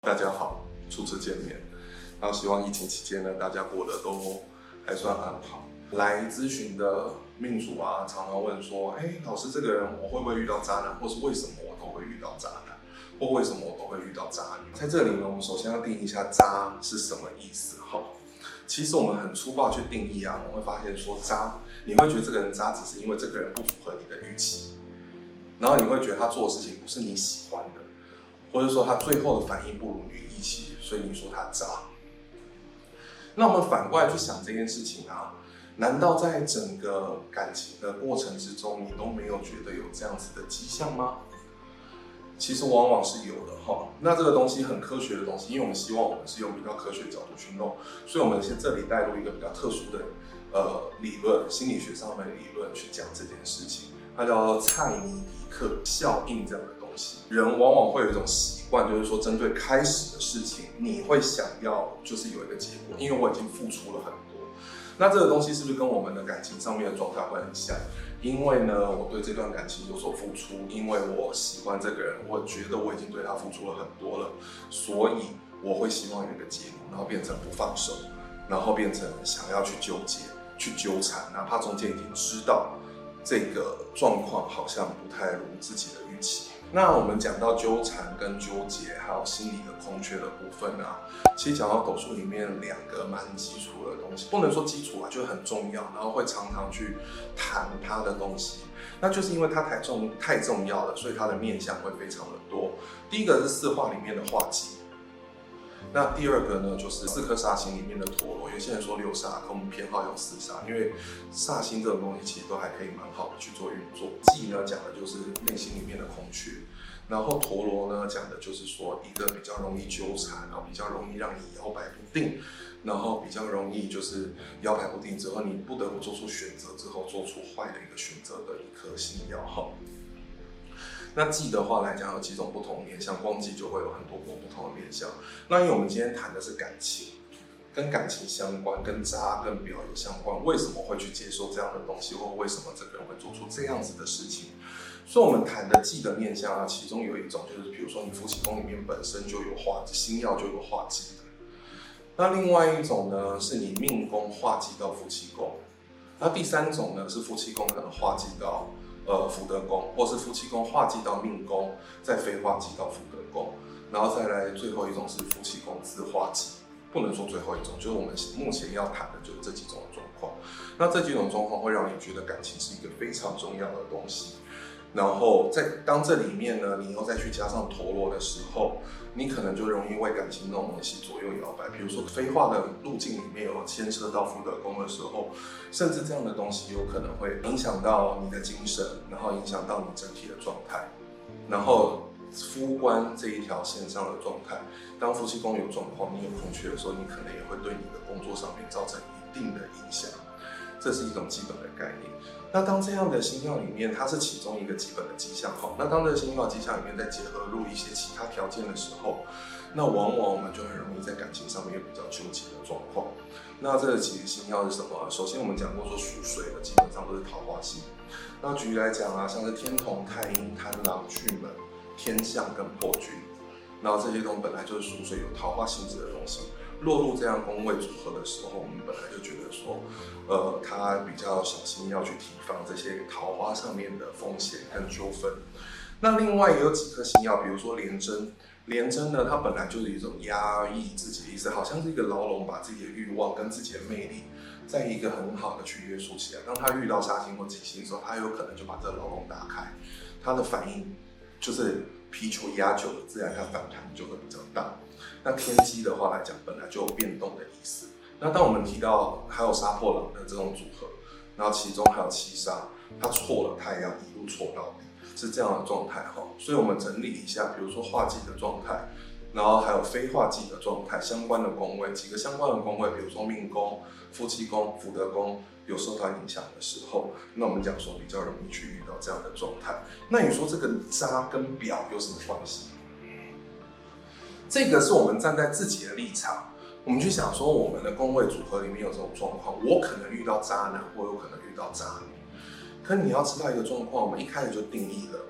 大家好，初次见面，然后希望疫情期间呢，大家过得都还算安好。来咨询的命主啊，常常问说，老师，这个人我会不会遇到渣男，或是为什么我都会遇到渣男，或为什么我都会遇到渣女？在这里呢，我们首先要定义一下渣是什么意思哈。其实我们很粗暴去定义啊，我们会发现说渣，你会觉得这个人渣，只是因为这个人不符合你的预期，然后你会觉得他做的事情不是你喜欢的。或者说他最后的反应不如你预期，所以你说他渣。那我们反过来去想这件事情啊，难道在整个感情的过程之中，你都没有觉得有这样子的迹象吗？其实往往是有的哈。那这个东西很科学的东西，因为我们希望我们是用比较科学的角度去弄，所以我们先这里带入一个比较特殊的理论，心理学上面的理论去讲这件事情，它叫做蔡尼迪克效应这样的东西。人往往会有一种习惯，就是说针对开始的事情，你会想要就是有一个结果，因为我已经付出了很多。那这个东西是不是跟我们的感情上面的状态会很像？因为呢，我对这段感情有所付出，因为我喜欢这个人，我觉得我已经对他付出了很多了，所以我会希望有一个结果，然后变成不放手，然后变成想要去纠结、去纠缠，哪怕中间已经知道这个状况好像不太如自己的预期。那我们讲到纠缠跟纠结，还有心理的空缺的部分啊，其实讲到斗数里面两个蛮基础的东西，不能说基础啊，就是很重要，然后会常常去谈它的东西。那就是因为它太重要了，所以它的面向会非常的多。第一个是四化里面的化忌，那第二个呢，就是四颗煞星里面的陀罗。有些人说六煞，可我们偏好用四煞，因为煞星这种东西其实都还可以蛮好的去做运作。忌呢讲的就是内心里面的空缺，然后陀罗呢讲的就是说一个比较容易纠缠，然后比较容易让你摇摆不定，然后比较容易就是摇摆不定之后，你不得不做出选择之后做出坏的一个选择的一颗星曜号。那忌的话来讲，有几种不同的面向，光忌就会有很多不同的面向。那因为我们今天谈的是感情，跟感情相关，跟渣跟表有相关，为什么会去接受这样的东西，或为什么这个人会做出这样子的事情？所以我们谈的忌的面向啊，其中有一种就是，比如说你夫妻宫里面本身就有化星曜就有化忌的。那另外一种呢，是你命宫化忌到夫妻宫。那第三种呢，是夫妻宫可能化忌到福德宫，或是夫妻宫化忌到命宫，再飞化忌到福德宫，然后再来最后一种是夫妻宫自化忌。不能说最后一种，就是我们目前要谈的就是这几种状况。那这几种状况会让你觉得感情是一个非常重要的东西。然后当这里面呢，你又再去加上陀罗的时候，你可能就容易为感情那种东西左右摇摆。比如说飞化的路径里面有牵涉到福德宫的时候，甚至这样的东西有可能会影响到你的精神，然后影响到你整体的状态，然后夫官这一条线上的状态，当夫妻宫有状况，你有空缺的时候，你可能也会对你的工作上面造成一定的影响。这是一种基本的概念。那当这样的星曜里面，它是其中一个基本的迹象哈。那当这个星曜迹象里面再结合入一些其他条件的时候，那往往我们就很容易在感情上面有比较纠结的状况。那这几个星曜是什么？首先我们讲过说属水的基本上都是桃花星。那举例来讲啊，像是天同、太阴、贪狼、巨门、天相跟破军，然后这些东西本来就是属水有桃花性质的东西。落入这样宫位组合的时候，我们本来就觉得说，他比较小心要去提防这些桃花上面的风险跟纠纷。那另外也有几颗星曜，比如说廉贞，廉贞呢，它本来就是一种压抑自己的意思，好像是一个牢笼，把自己的欲望跟自己的魅力，在一个很好的去约束起来。当他遇到煞星或吉星的时候，他有可能就把这个牢笼打开，他的反应就是皮球压久了，自然它反弹就会比较大。那天机的话来讲，本来就有变动的意思。那当我们提到还有杀破狼的这种组合，然后其中还有七杀，他错了，他也要一路错到底，是这样的状态哈。所以我们整理一下，比如说化忌的状态，然后还有非化忌的状态，相关的宫位，几个相关的宫位，比如说命宫、夫妻宫、福德宫有受到影响的时候，那我们讲说比较容易去遇到这样的状态。那你说这个渣跟表有什么关系？这个是我们站在自己的立场，我们去想说我们的宫位组合里面有这种状况，我可能遇到渣男，或有可能遇到渣女。可你要知道一个状况，我们一开始就定义了，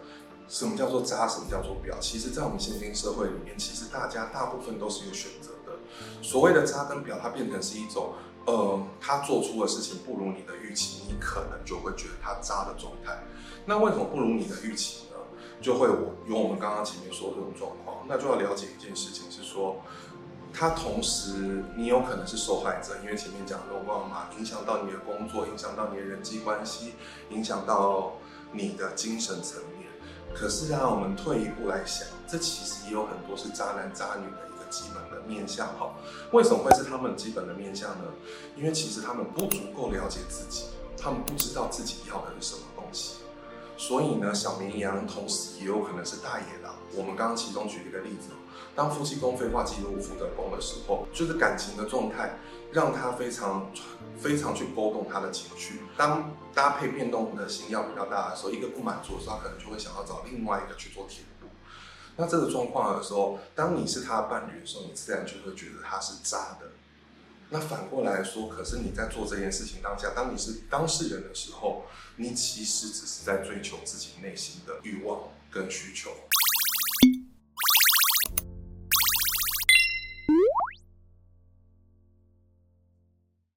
什么叫做渣，什么叫做婊？其实，在我们现今社会里面，其实大部分都是有选择的。所谓的渣跟婊，它变成是一种，他做出的事情不如你的预期，你可能就会觉得他渣的状态。那为什么不如你的预期呢？就会有我们刚刚前面说的这种状况，那就要了解一件事情是说，他同时你有可能是受害者，因为前面讲漏光嘛，影响到你的工作，影响到你的人际关系，影响到你的精神层面。可是啊，我们退一步来想，这其实也有很多是渣男渣女的一个基本的面向哈。为什么会是他们基本的面向呢？因为其实他们不足够了解自己，他们不知道自己要的是什么东西。所以呢，小绵羊同时也有可能是大野狼。我们刚刚其中举了一个例子，当夫妻宫废化进入福德宫的时候，就是感情的状态让他非常去勾动他的情绪。当搭配变动的星曜比较大的时候，一个不满足的时候，他可能就会想要找另外一个去做填补。那这个状况的时候，当你是他的伴侣的时候，你自然就会觉得他是渣的。那反过来说，可是你在做这件事情当下，当你是当事人的时候，你其实只是在追求自己内心的欲望跟需求。